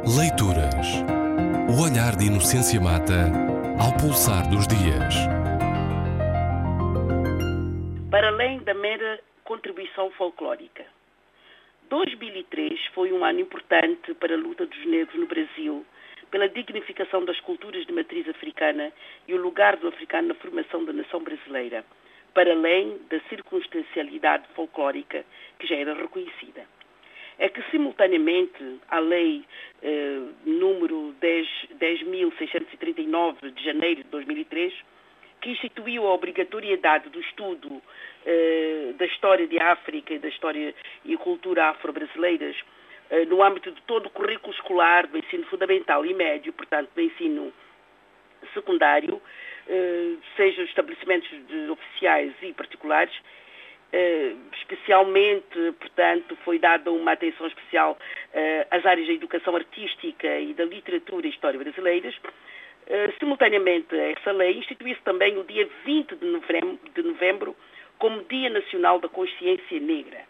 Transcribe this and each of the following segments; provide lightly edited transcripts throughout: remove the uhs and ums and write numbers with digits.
Leituras. O olhar de Inocência Mata ao pulsar dos dias. Para além da mera contribuição folclórica. 2003 foi um ano importante para a luta dos negros no Brasil, pela dignificação das culturas de matriz africana e o lugar do africano na formação da nação brasileira, para além da circunstancialidade folclórica que já era reconhecida. É que, simultaneamente, a lei número 10.639 de janeiro de 2003, que instituiu a obrigatoriedade do estudo da história de África e da história e cultura afro-brasileiras no âmbito de todo o currículo escolar do ensino fundamental e médio, portanto, do ensino secundário, seja os estabelecimentos oficiais e particulares, especialmente, portanto, foi dada uma atenção especial às áreas da educação artística e da literatura e história brasileiras. Simultaneamente a essa lei, instituiu-se também o dia 20 de novembro como Dia Nacional da Consciência Negra.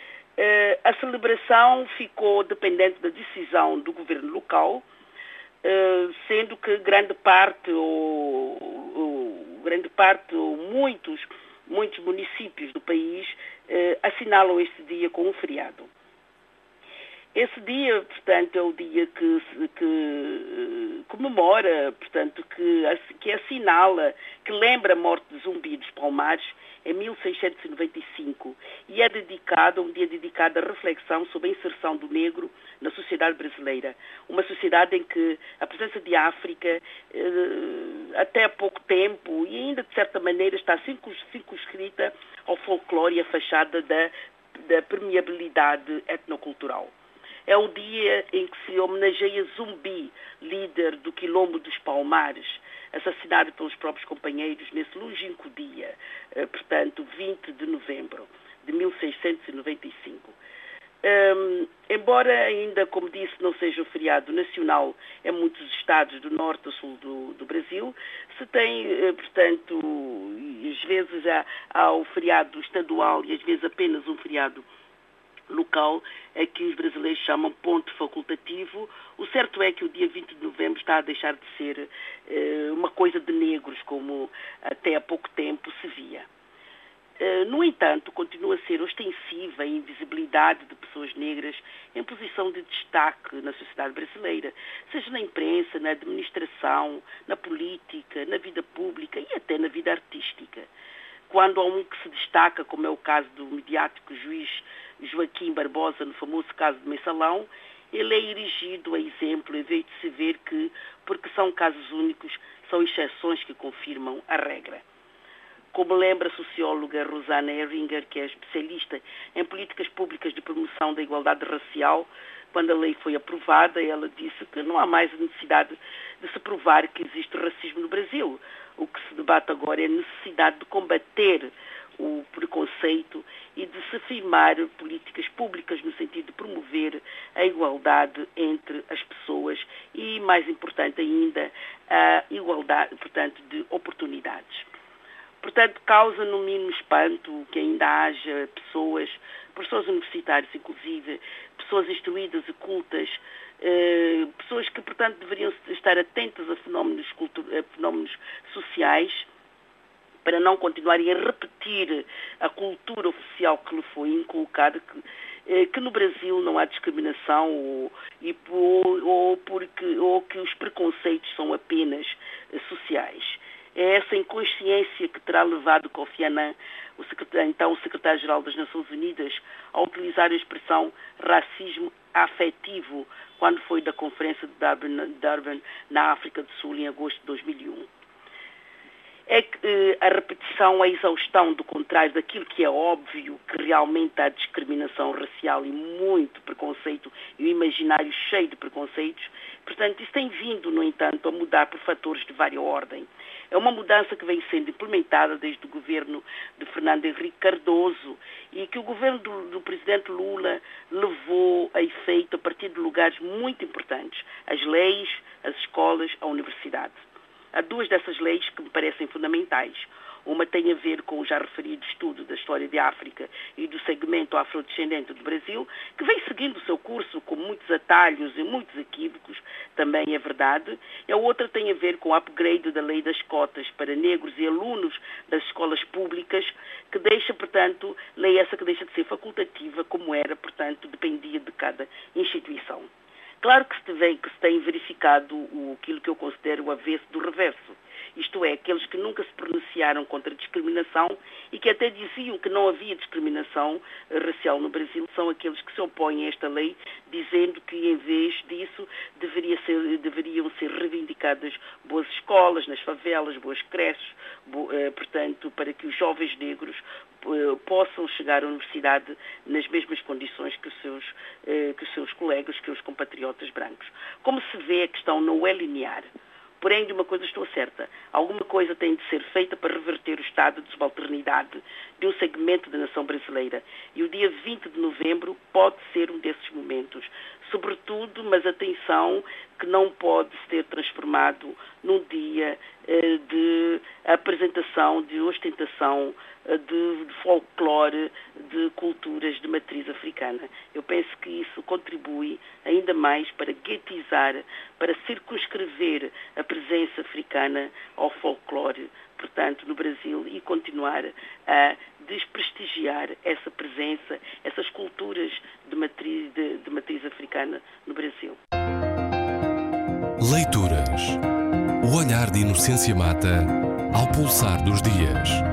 A celebração ficou dependente da decisão do governo local, sendo que grande parte ou muitos municípios do país assinalam este dia como um feriado. Esse dia, portanto, é o dia que comemora, portanto, que assinala, que lembra a morte de Zumbi dos Palmares em 1695 e é um dia dedicado à reflexão sobre a inserção do negro na sociedade brasileira. Uma sociedade em que a presença de África, até há pouco tempo, e ainda de certa maneira está circunscrita ao folclore e à fachada da permeabilidade etnocultural. É o dia em que se homenageia Zumbi, líder do Quilombo dos Palmares, assassinado pelos próprios companheiros nesse longínquo dia, portanto, 20 de novembro de 1695. Embora ainda, como disse, não seja um feriado nacional em muitos estados do norte a sul do Brasil, se tem, portanto, às vezes há o feriado estadual e às vezes apenas um feriado local, é que os brasileiros chamam ponto facultativo. O certo é que o dia 20 de novembro está a deixar de ser uma coisa de negros, como até há pouco tempo se via. No entanto, continua a ser ostensiva a invisibilidade de pessoas negras em posição de destaque na sociedade brasileira, seja na imprensa, na administração, na política, na vida pública e até na vida artística. Quando há um que se destaca, como é o caso do mediático juiz Joaquim Barbosa, no famoso caso de Mensalão, ele é erigido a exemplo em vez de se ver que, porque são casos únicos, são exceções que confirmam a regra. Como lembra a socióloga Rosana Ehringer, que é especialista em políticas públicas de promoção da igualdade racial, quando a lei foi aprovada, ela disse que não há mais necessidade de se provar que existe racismo no Brasil. O que se debate agora é a necessidade de combater o preconceito e de se afirmar políticas públicas no sentido de promover a igualdade entre as pessoas e, mais importante ainda, a igualdade, portanto, de oportunidades. Portanto, causa no mínimo espanto que ainda haja professores universitários inclusive, pessoas instruídas e cultas, pessoas que, portanto, deveriam estar atentas a fenómenos sociais, para não continuarem a repetir a cultura oficial que lhe foi inculcada, que no Brasil não há discriminação ou que os preconceitos são apenas sociais. É essa inconsciência que terá levado Kofi Annan, então o secretário-geral das Nações Unidas, a utilizar a expressão racismo afetivo quando foi da Conferência de Durban, na África do Sul, em agosto de 2001. É que a repetição, a exaustão do contrário daquilo que é óbvio, que realmente há discriminação racial e muito preconceito, e o imaginário cheio de preconceitos. Portanto, isso tem vindo, no entanto, a mudar por fatores de várias ordem. É uma mudança que vem sendo implementada desde o governo de Fernando Henrique Cardoso e que o governo do presidente Lula levou a efeito a partir de lugares muito importantes, as leis, as escolas, a universidade. Há duas dessas leis que me parecem fundamentais. Uma tem a ver com o já referido estudo da história de África e do segmento afrodescendente do Brasil, que vem seguindo o seu curso com muitos atalhos e muitos equívocos, também é verdade. E a outra tem a ver com o upgrade da lei das cotas para negros e alunos das escolas públicas, que deixa, portanto, lei essa que deixa de ser facultativa, como era, portanto, dependia de cada instituição. Claro que se tem verificado aquilo que eu considero o avesso do reverso, isto é, aqueles que nunca se pronunciaram contra a discriminação e que até diziam que não havia discriminação racial no Brasil, são aqueles que se opõem a esta lei, dizendo que em vez disso deveriam ser reivindicadas boas escolas nas favelas, boas creches, portanto, para que os jovens negros possam chegar à universidade nas mesmas condições que os seus colegas, que os compatriotas brancos. Como se vê, a questão não é linear. Porém, de uma coisa estou certa, alguma coisa tem de ser feita para reverter o estado de subalternidade de um segmento da nação brasileira. E o dia 20 de novembro pode ser um desses momentos. Sobretudo, mas atenção, que não pode ser transformado num dia de apresentação, de ostentação, de folclore, de culturas de matriz africana. Eu penso que isso contribui ainda mais para guetizar, para circunscrever a presença africana ao folclore, portanto, no Brasil, e continuar a desprestigiar essa presença, essas culturas de matriz africana no Brasil. Leituras. O olhar de Inocência Mata ao pulsar dos dias.